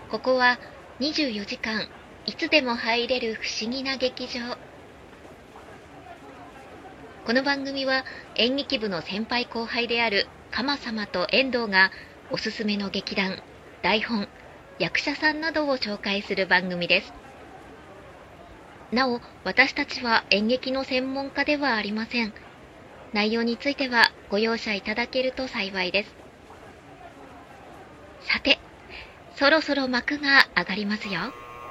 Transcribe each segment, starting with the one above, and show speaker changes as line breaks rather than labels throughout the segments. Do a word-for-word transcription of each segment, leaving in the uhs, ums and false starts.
ここはにじゅうよじかんいつでも入れる不思議な劇場。この番組は演劇部の先輩後輩である鎌様と遠藤がおすすめの劇団、台本、役者さんなどを紹介する番組です。なお、私たちは演劇の専門家ではありません。内容についてはご容赦いただけると幸いです。さて、そろそろ幕が上がりますよ。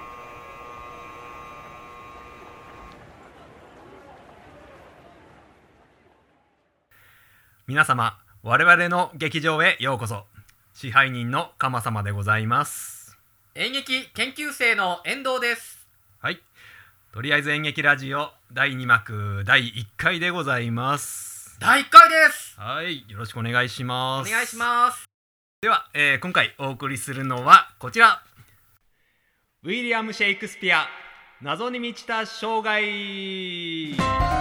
皆様、我々の劇場へようこそ。支配人の鎌様でございます。
演劇研究生の遠藤です。
はい、とりあえず演劇ラジオだいに幕だいいっかいでございます。
だいいっかいです。
はい、よろしくお願いします。
お願いします。
では、えー、今回お送りするのはこちら、ウィリアム・シェイクスピア、謎に満ちた生涯。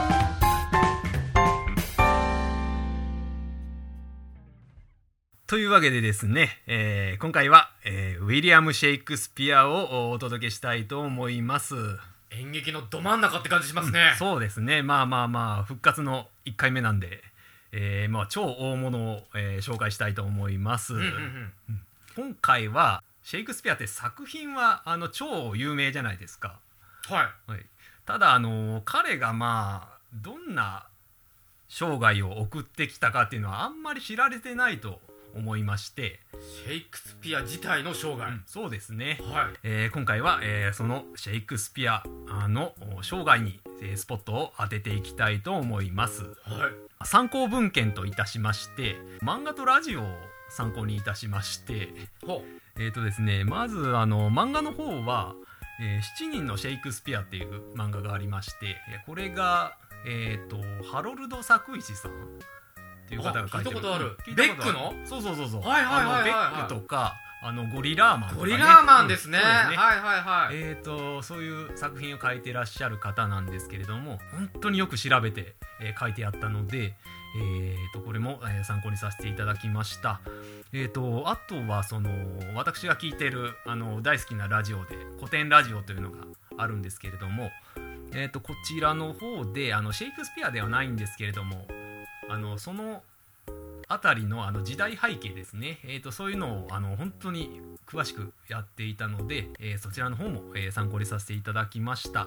というわけでですね、えー、今回は、えー、ウィリアム・シェイクスピアをお届けしたいと思います。
演劇のど真ん中って感じしますね、
うん、そうですね。まあまあまあ復活のいっかいめなんで、えーまあ、超大物を、えー、紹介したいと思います、うんうんうん、今回はシェイクスピアって作品はあの超有名じゃないですか、
はい
はい、ただあの彼がまあどんな生涯を送ってきたかっていうのはあんまり知られてないと思いまして、
シェイクスピア自体の生涯、うん、
そうですね、
はい、
えー、今回は、えー、そのシェイクスピアの生涯に、えー、スポットを当てていきたいと思います、はい、参考文献といたしまして漫画とラジオを参考にいたしまして、えーとですね、まずあの漫画の方は、えー、しちにんのシェイクスピアっていう漫画がありまして、これが、えーとハロルド作石さんっていう方が書いてる。
聞いたことある。ベックの？
そうそうそうそう。
はいはいはいはい、はい、
あのベックとかあのゴリラーマンとか、ね、
ゴリラーマンですね。うん、
そうですね。
はいはいはい。
えーとそういう作品を書いてらっしゃる方なんですけれども、本当によく調べて、えー、書いてあったので、えーとこれも、えー、参考にさせていただきました。えーとあとはその私が聞いてるあの大好きなラジオで古典ラジオというのがあるんですけれども、えーとこちらの方であのシェイクスピアではないんですけれども、あのそのあたりのあの時代背景ですね、えー、とそういうのをあの本当に詳しくやっていたので、えー、そちらの方も、えー、参考にさせていただきました。
はい。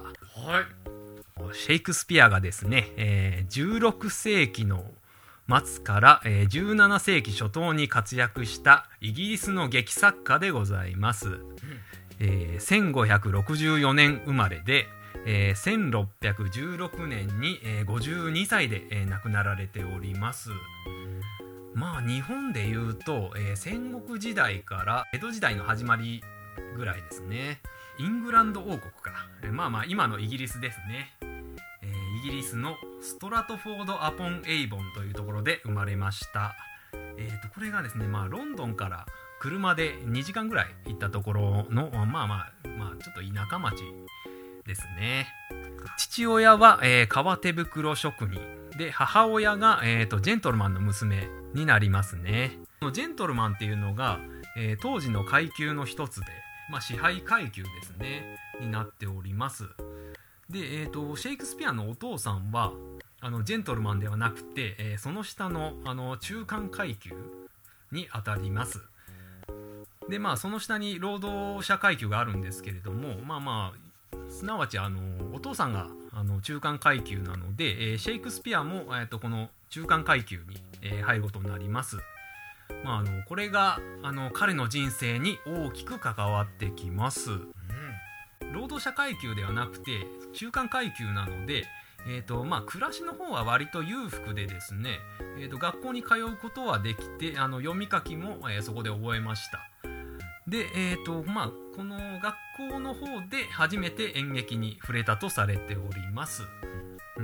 シェイクスピアがですね、えー、じゅうろくせいきの末から、えー、じゅうななせいき初頭に活躍したイギリスの劇作家でございます、うん、えー、せんごひゃくろくじゅうよねん生まれで、えー、せんろっぴゃくじゅうろくねんに、えー、ごじゅうにさいで、えー、亡くなられております。まあ日本でいうと、えー、戦国時代から江戸時代の始まりぐらいですね。イングランド王国か、えー、まあまあ今のイギリスですね、えー、イギリスのストラトフォード・アポン・エイボンというところで生まれました。えーとこれがですね、まあロンドンから車でにじかんぐらい行ったところのまあまあまあちょっと田舎町ですね。父親は、えー、革手袋職人で、母親が、えーと、ジェントルマンの娘になりますね。ジェントルマンっていうのが、えー、当時の階級の一つで、まあ、支配階級ですねになっております。で、えーと、シェイクスピアのお父さんはあのジェントルマンではなくて、えー、その下の、あの中間階級にあたります。でまあその下に労働者階級があるんですけれども、まあまあすなわちあのお父さんがあの中間階級なので、えー、シェイクスピアも、えー、とこの中間階級に、えー、入ることになります。まあ、あのこれがあの彼の人生に大きく関わってきます、うん、労働者階級ではなくて中間階級なので、えーとまあ、暮らしの方は割と裕福でですね、えーと学校に通うことはできて、あの読み書きも、えー、そこで覚えました。で、えーとまあ、この学校の方で初めて演劇に触れたとされております、うん、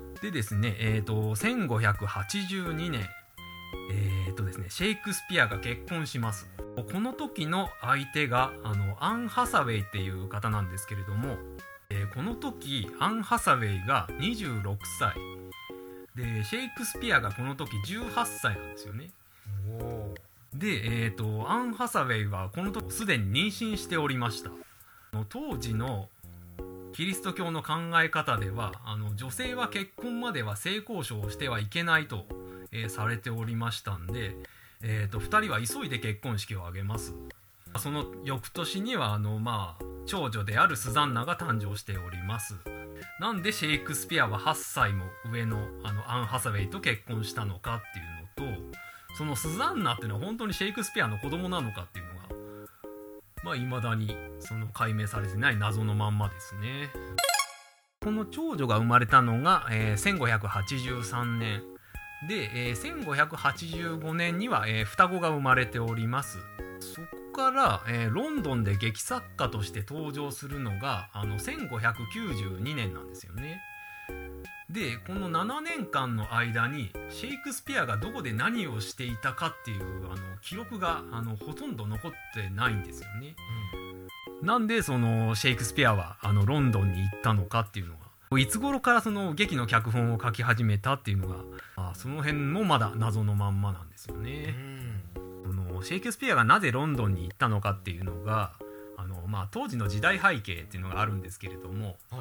でですね、えーとせんごひゃくはちじゅうにねん、えーとですね、シェイクスピアが結婚します。この時の相手があのアン・ハサウェイっていう方なんですけれども、えー、この時アン・ハサウェイがにじゅうろくさいで、シェイクスピアがこの時じゅうはっさいなんですよね。
お
で、えーと、アン・ハサウェイはこの時すでに妊娠しておりました。当時のキリスト教の考え方では、あの女性は結婚までは性交渉をしてはいけないと、えー、されておりましたんで、えーと、ふたりは急いで結婚式を挙げます。その翌年にはあの、まあ、長女であるスザンナが誕生しております。なんでシェイクスピアははっさいも上の、あのアン・ハサウェイと結婚したのかっていうのと、そのスザンナっていうのは本当にシェイクスピアの子供なのかっていうのが、まあ、未だにその解明されてない謎のまんまですね。この長女が生まれたのが、えー、せんごひゃくはちじゅうさんねんで、えー、せんごひゃくはちじゅうごねんには、えー、双子が生まれております。そこから、えー、ロンドンで劇作家として登場するのがあのせんごひゃくきゅうじゅうにねんなんですよね。でこのななねんかんの間にシェイクスピアがどこで何をしていたかっていうあの記録があのほとんど残ってないんですよね、うん、なんでそのシェイクスピアはあのロンドンに行ったのかっていうのが、いつ頃からその劇の脚本を書き始めたっていうのが、あその辺もまだ謎のまんまなんですよね、うん、そのシェイクスピアがなぜロンドンに行ったのかっていうのがあの、まあ、当時の時代背景っていうのがあるんですけれども、はい、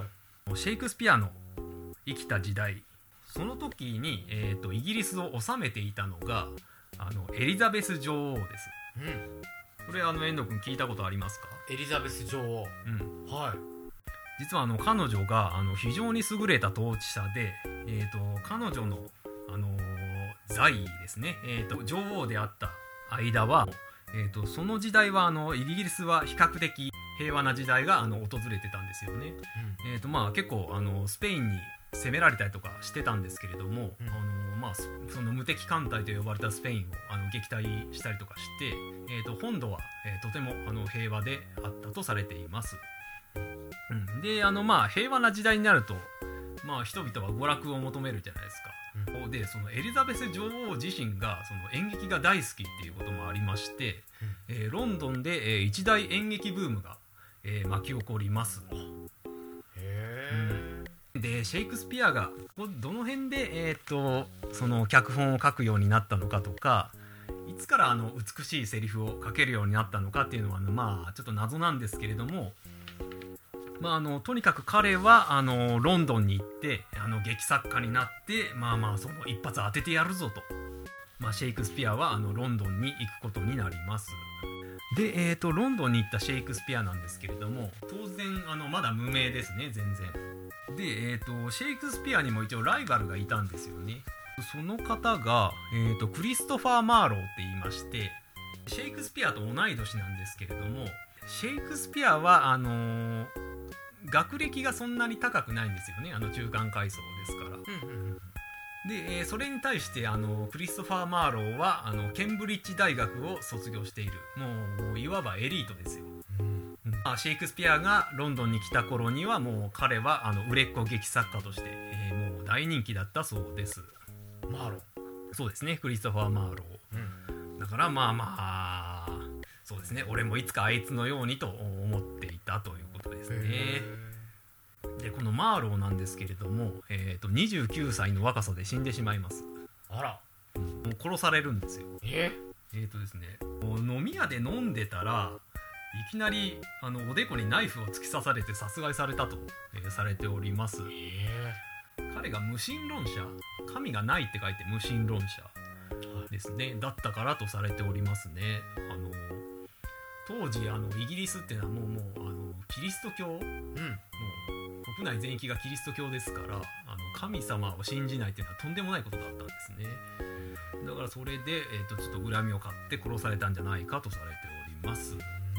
シェイクスピアの生きた時代、その時に、えーと、イギリスを治めていたのがあのエリザベス女王です、うん、これあの遠藤君聞いたことありますか？
エリザベス女王、うん、はい。
実はあの彼女があの非常に優れた統治者で、えーと、彼女の、あのー、在位ですね、えーと、女王であった間は、えーと、その時代はあのイギリスは比較的平和な時代があの訪れてたんですよね、うん、えーとまあ、結構あのスペインに攻められたりとかしてたんですけれども、うん、あのまあ、その無敵艦隊と呼ばれたスペインをあの撃退したりとかして、えー、と本土は、えー、とてもあの平和であったとされています、うん、であの、まあ、平和な時代になると、まあ、人々は娯楽を求めるじゃないですか、うん、でそのエリザベス女王自身がその演劇が大好きっていうこともありまして、うん、えー、ロンドンで、えー、一大演劇ブームが、えー、巻き起こります。へー、うん、でシェイクスピアがどの辺で、えー、とその脚本を書くようになったのかとか、いつからあの美しいセリフを書けるようになったのかっていうのは、まあ、ちょっと謎なんですけれども、まあ、あのとにかく彼はあのロンドンに行ってあの劇作家になって、まあまあその一発当ててやるぞと、まあ、シェイクスピアはあのロンドンに行くことになります。で、えーと、ロンドンに行ったシェイクスピアなんですけれども、当然あのまだ無名ですね、全然で、えーと、シェイクスピアにも一応ライバルがいたんですよね。その方が、えーと、クリストファー・マーローって言いまして、シェイクスピアと同い年なんですけれども、シェイクスピアはあのー、学歴がそんなに高くないんですよね、あの中間階層ですから、うんうんうん、で、えー、それに対してあのクリストファー・マーローはあのケンブリッジ大学を卒業している、もういわばエリートですよ、うんうん、まあ、シェイクスピアがロンドンに来た頃にはもう彼はあの売れっ子劇作家として、えー、もう大人気だったそうです。
マーロー、
そうですね、クリストファー・マーロー、うん、だからまあまあそうですね、俺もいつかあいつのようにと思っていたということですね。でこのマーローなんですけれども、えー、とにじゅうきゅうさいの若さで死んでしまいます。
あら、
うん、もう殺されるんですよ。
え
えーとですね、飲み屋で飲んでたらいきなりあのおでこにナイフを突き刺されて殺害されたと、えー、されております。えー、彼が無神論者、神がないって書いて無神論者ですね、だったからとされておりますね。あの当時あのイギリスっていうのはもう、もうあのキリスト教、うん、もう国内全域がキリスト教ですから、あの神様を信じないっていうのはとんでもないことだったんですね。だからそれで、えー、とちょっと恨みを買って殺されたんじゃないかとされております。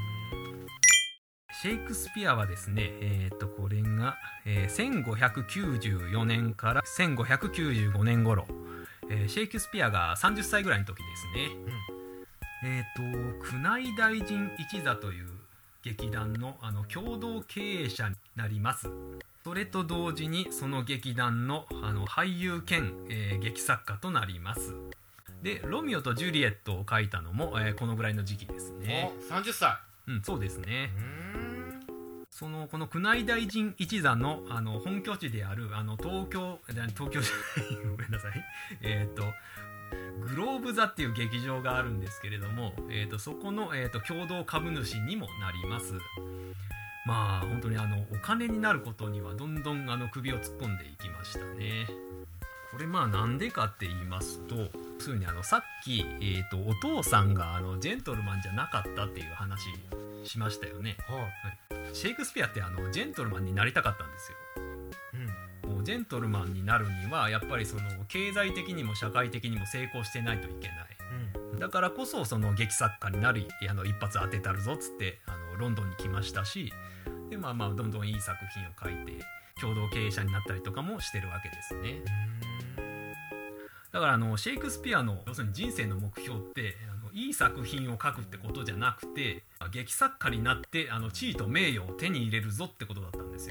シェイクスピアはですね、えー、とこれが、えー、せんごひゃくきゅうじゅうよねんからせんごひゃくきゅうじゅうごねん頃、えー、シェイクスピアがさんじゅっさいぐらいの時ですね、うん、えー、と宮内大臣一座という劇団 の, あの共同経営者になります。それと同時にその劇団 の, あの俳優兼、えー、劇作家となります。でロミオとジュリエットを書いたのも、えー、このぐらいの時期ですね。
さんじゅっさ
い、うん、そうですね。うーん、そのこの宮内大臣一座 の, あの本拠地であるあの東京東京じゃないごめんなさい、えーとグローブ座っていう劇場があるんですけれども、えー、とそこの、えー、と共同株主にもなります。まあ本当にあのお金になることにはどんどんあの首を突っ込んでいきましたね。これまあなんでかって言いますと、すぐにあのさっき、えー、とお父さんがあのジェントルマンじゃなかったっていう話しましたよね。
はい、
シェイクスピアってあのジェントルマンになりたかったんですよ。
うん、
もうジェントルマンになるにはやっぱりその経済的にも社会的にも成功してないといけない、うん、だからこそその劇作家になるあの一発当てたるぞっつってあのロンドンに来ましたし、でまあまあどんどんいい作品を書いて共同経営者になったりとかもしてるわけですね。だからあのシェイクスピアの要するに人生の目標ってあのいい作品を書くってことじゃなくて、劇作家になってあの地位と名誉を手に入れるぞってことだったんですよ。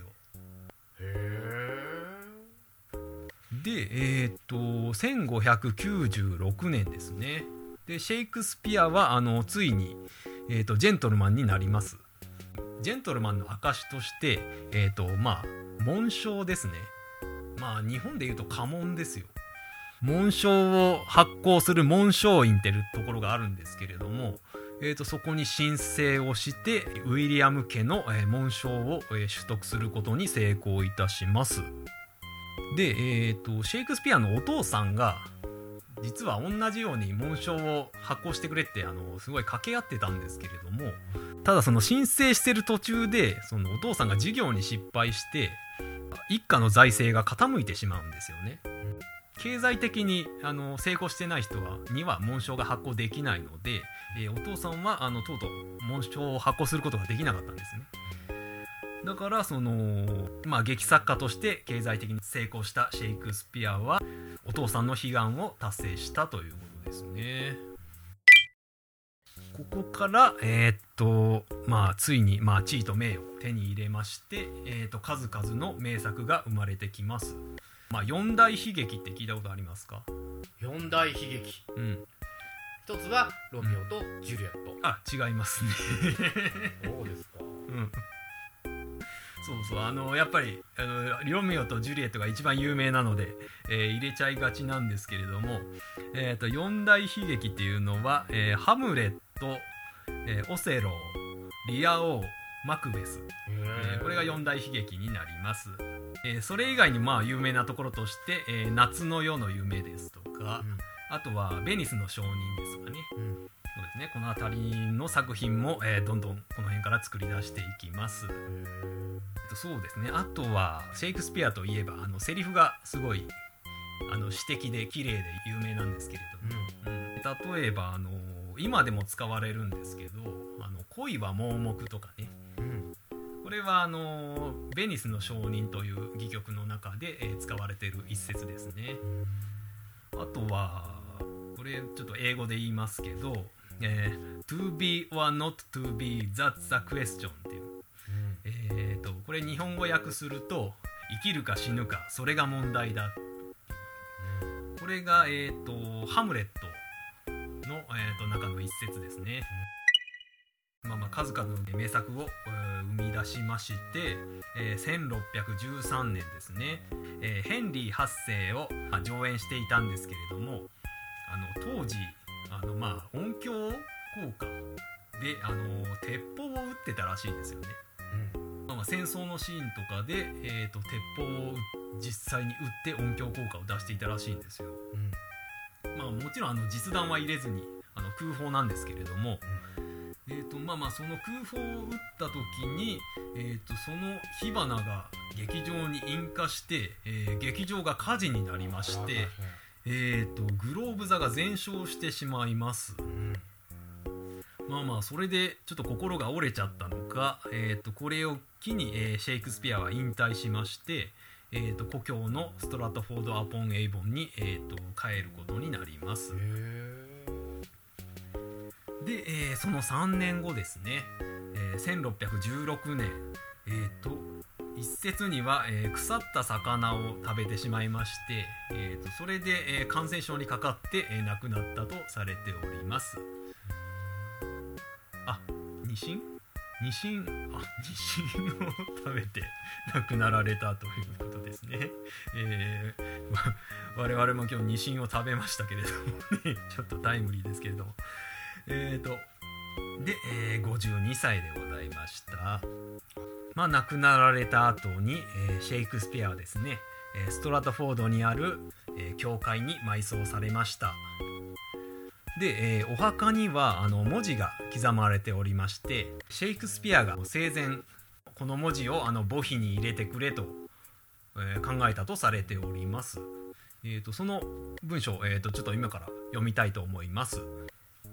へ
ー。でえー、っとせんごひゃくきゅうじゅうろくねんですね。でシェイクスピアはあのついに、えー、っとジェントルマンになります。ジェントルマンの証として、えーとまあ、紋章ですね。まあ日本でいうと家紋ですよ。紋章を発行する紋章院っていうところがあるんですけれども、えーとそこに申請をしてウィリアム家の、えー、紋章を、えー、取得することに成功いたします。で、えーとシェイクスピアのお父さんが実は同じように紋章を発行してくれってあのすごい掛け合ってたんですけれども、ただその申請してる途中でそのお父さんが事業に失敗して一家の財政が傾いてしまうんですよね。経済的にあの成功してない人はには紋章が発行できないので、えー、お父さんはあのとうとう紋章を発行することができなかったんですね。だからその、まあ、劇作家として経済的に成功したシェイクスピアはお父さんの悲願を達成したということですね。ここから、えーっとまあ、ついに、まあ、地位と名誉を手に入れまして、えーっと数々の名作が生まれてきます。まあ、四大悲劇って聞いたことありますか？
四大悲劇、
うん、
一つはロミオとジュリエット、うん、
あ、違いますね
そうですか、
うん、そうそう、あのやっぱりあのロミオとジュリエットが一番有名なので、えー、入れちゃいがちなんですけれども、えー、と四大悲劇っていうのは、えー、ハムレット、えー、オセロー、リア王、マクベス、えー、これが四大悲劇になります。えー、それ以外にまあ有名なところとして、えー、夏の夜の夢ですとか、うん、あとはベニスの証人ですとかね、うん、そうですね、この辺りの作品も、えー、どんどんこの辺から作り出していきます。そうですね、あとはシェイクスピアといえばあのセリフがすごいあの詩的で綺麗で有名なんですけれども、うんうん、例えばあの今でも使われるんですけど、あの恋は盲目とかね、うん、これはあのベニスの証人という戯曲の中で、えー、使われている一節ですね。あとはこれちょっと英語で言いますけど、えー、to be or not to be that's the question っていう、えー、とこれ日本語訳すると生きるか死ぬかそれが問題だ。これが、えー、とハムレットの、えー、と中の一節ですね。まあ、まあ数々の名作を、えー、生み出しまして、えー、せんろっぴゃくじゅうさんねんですね、えー、ヘンリーはっせいを、まあ、上演していたんですけれども、あの当時あの、まあ、音響効果であの鉄砲を撃ってたらしいんですよね。うんまあ、戦争のシーンとかで、えー、と鉄砲を実際に撃って音響効果を出していたらしいんですよ。うんまあ、もちろんあの実弾は入れずにあの空砲なんですけれども、うんえーとまあ、まあその空砲を撃った時に、えー、とその火花が劇場に引火して、えー、劇場が火事になりまして、えー、とグローブ座が全焼してしまいます。うんまあまあそれでちょっと心が折れちゃったのか、えー、とこれを機に、えー、シェイクスピアは引退しまして、えー、と故郷のストラトフォード・アポン・エイボンに、えー、と帰ることになります。で、えー、そのさんねんごですね、えー、せんろっぴゃくじゅうろくねん、えー、と一説には、えー、腐った魚を食べてしまいまして、えー、とそれで、えー、感染症にかかって、えー、亡くなったとされております。あ、ニシン？ ニシンあニシンを食べて亡くなられたということですね。えー、ま我々も今日ニシンを食べましたけれどもねちょっとタイムリーですけれどもえーとで、えー、ごじゅうにさいでございました。まあ亡くなられた後に、えー、シェイクスピアはですねストラトフォードにある、えー、教会に埋葬されました。で、えー、お墓にはあの文字が刻まれておりまして、シェイクスピアが生前この文字をあの墓碑に入れてくれと、えー、考えたとされております。えーとその文章、えーとちょっと今から読みたいと思います。え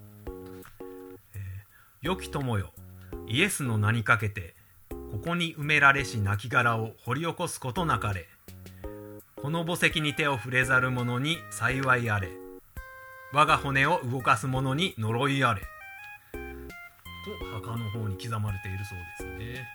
ー、良き友よ、イエスの名にかけてここに埋められし亡骸を掘り起こすことなかれ。この墓石に手を触れざる者に幸いあれ。我が骨を動かす者に呪いあれ。と墓の方に刻まれているそうですね。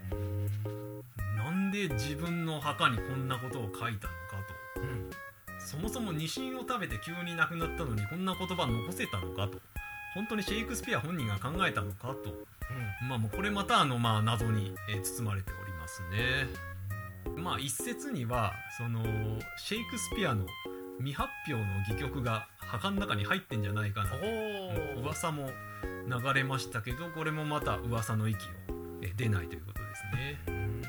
なんで自分の墓にこんなことを書いたのかと、うん、そもそもニシンを食べて急に亡くなったのにこんな言葉残せたのかと、本当にシェイクスピア本人が考えたのかと、うん、まあもうこれまたあのまあ謎に包まれておりますね。まあ一説にはそのシェイクスピアの未発表の戯曲が墓の中に入ってんじゃないかなと噂も流れましたけど、これもまた噂の域を出ないということですね。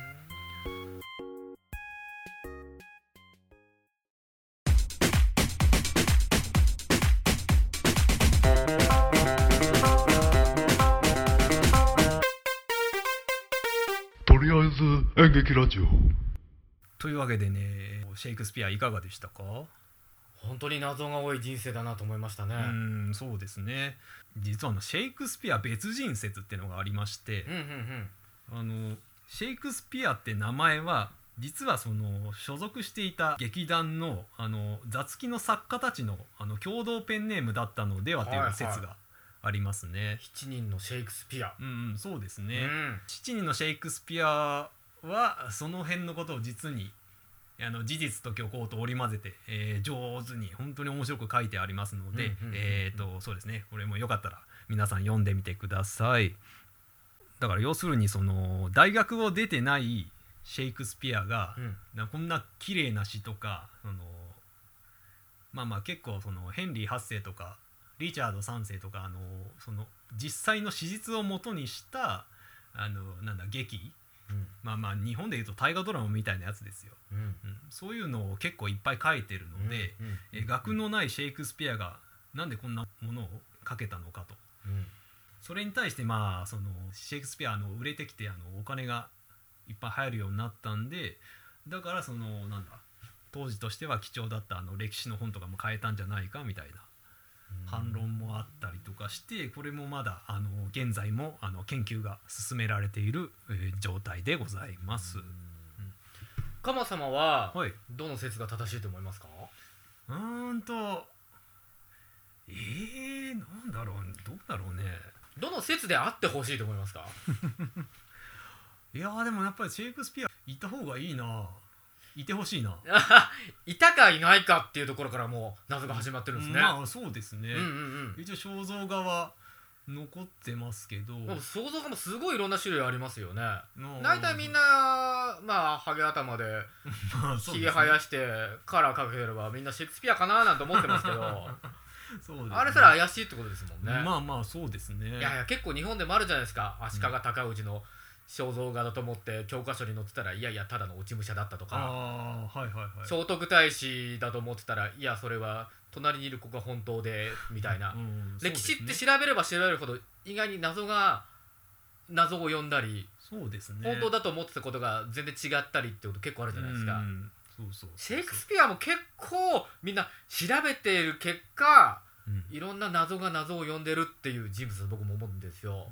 とりあえず演劇ラジオ
というわけでね、シェイクスピアいかがでしたか？
本当に謎が多い人生だなと思いましたね。
うん、そうですね。実はあのシェイクスピア別人説っていうのがありまして、
うんうんうん、
あのシェイクスピアって名前は実はその所属していた劇団のあの雑記の作家たちのあの共同ペンネームだったのではという説がありますね。
しちにんのシェイクスピア、
うん、うん、そうですね、
うん、
しちにんのシェイクスピアはその辺のことを実にあの事実と虚構と織り交ぜて、えー、上手に本当に面白く書いてありますので、えーとそうですね、これもよかったら皆さん読んでみてください。だから要するにその大学を出てないシェイクスピアが、うん、こんな綺麗な詩とかそのまあまあ結構そのヘンリーはっせいとかリチャードさんせいとかあのその実際の史実をもとにしたあのなんだ劇、うん、まあまあ日本でいうと大河ドラマみたいなやつですよ、うんうん、そういうのを結構いっぱい書いてるので、うんうん、え学のないシェイクスピアがなんでこんなものを書けたのかと、うん、それに対してまあそのシェイクスピアの売れてきてあのお金がいっぱい入るようになったんで、だからそのなんだ当時としては貴重だったあの歴史の本とかも変えたんじゃないかみたいな反論もあったりとかして、これもまだあの現在もあの研究が進められている、えー、状態でございます。
カマ様はどの説が正しいと思いますか？
うーんとえー、なんだろうどうだろうね。
どの説であってほしいと思いますか？
いやーでもやっぱりシェイクスピアいた方がいいな、いてほしいな。
いたかいないかっていうところからもう謎が始まってるんですね。
まあそうですね、うんうんうん、一応肖像画は残ってますけど、
肖像画もすごいいろんな種類ありますよね。大体みんなまあハゲ頭でひげ生やしてカラーかけてればみんなシェイクスピアかななんて思ってますけどそうですね、あれすら怪しいってことですもんね。
まあまあそうですね。
いやいや結構日本でもあるじゃないですか、足利尊氏の肖像画だと思って教科書に載ってたらいやいやただの落ち武者だったとか、
あ、はいはいはい、
聖徳太子だと思ってたらいやそれは隣にいる子が本当でみたいな、うん、歴史って調べれば調べるほど意外に謎が謎を呼んだり、
そうですね、
本当だと思ってたことが全然違ったりってこと結構あるじゃないですか、うん、
そうそうそう、
シェイクスピアも結構みんな調べている結果、うん、いろんな謎が謎を呼んでるっていう人物だと僕も思うんですよ。
うん、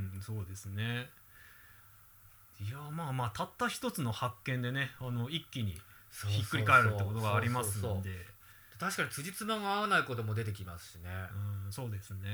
そうですね。いやまあまあたった一つの発見でね、あの一気にひっくり返るってことがありますので、
確かに辻褄が合わないことも出てきますしね。
うん、そうですね。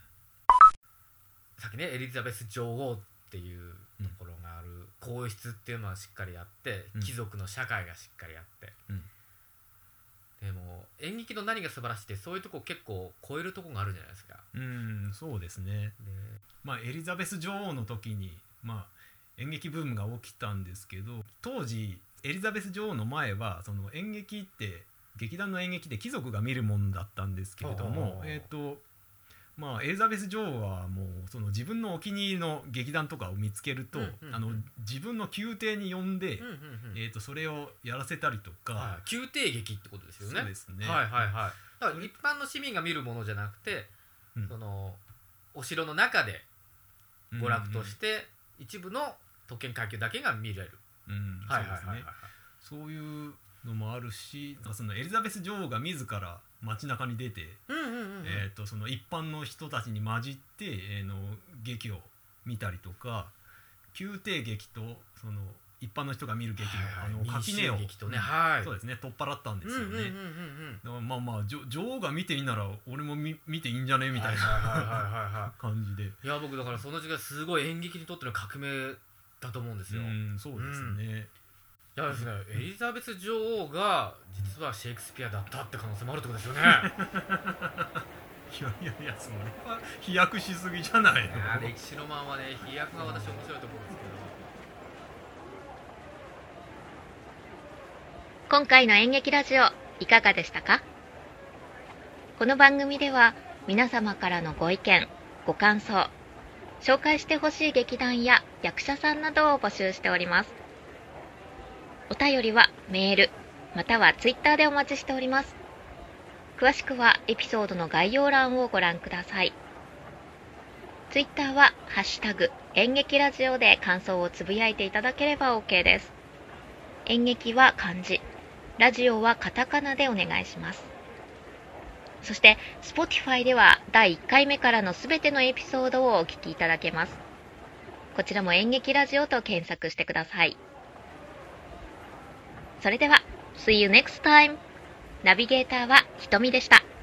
さっきねエリザベス女王っていうところがある、うん、皇室っていうのはしっかりあって、うん、貴族の社会がしっかりあって、うん、 でも演劇の何が素晴らしいってそういうとこ結構超えるとこがあるじゃないですか。
うんそうですね。まあエリザベス女王の時に、まあ、演劇ブームが起きたんですけど、当時エリザベス女王の前はその演劇って劇団の演劇で貴族が見るもんだったんですけれども、えっとまあ、エリザベス女王はもうその自分のお気に入りの劇団とかを見つけると、うんうんうん、あの自分の宮廷に呼んで、うんうんうんえー、とそれをやらせたりとか、
はい、宮廷劇ってことですよね。
そうですね、
はいはいはい、だから一般の市民が見るものじゃなくて、うん、そのお城の中で娯楽として一部の特権階級だけが見れる、
うん、そうですね。そういうのもあるし、そのエリザベス女王が自ら街中に出て、うんうんうんうんえー、とその一般の人たちに混じって、えー、の劇を見たりとか、宮廷劇とその一般の人が見る劇の、はいはい、あの垣根を、
ねはい、
そうですね、取っ払ったんですよね。だからまあまあ女王が見ていいなら俺も 見, 見ていいんじゃねみたいな感じで。
いや僕だからその時代すごい演劇にとっての革命だと思うんですよ。
うんそうですね、
うん、いやですね、エリザベス女王が実はシェイクスピアだったって可能性もあるってことですよね。
いやいやいや、それは飛躍しすぎじゃないの。い
や歴史のままね、飛躍が私面白いと思うんですけど。
今回の演劇ラジオいかがでしたか？この番組では皆様からのご意見、ご感想、紹介してほしい劇団や役者さんなどを募集しております。お便りはメールまたはツイッターでお待ちしております。詳しくはエピソードの概要欄をご覧ください。ツイッターはハッシュタグ演劇ラジオで感想をつぶやいていただければ OK です。演劇は漢字、ラジオはカタカナでお願いします。そして Spotify ではだいいっかいめからのすべてのエピソードをお聞きいただけます。こちらも演劇ラジオと検索してください。それでは See you next time。ナビゲーターはひとみでした。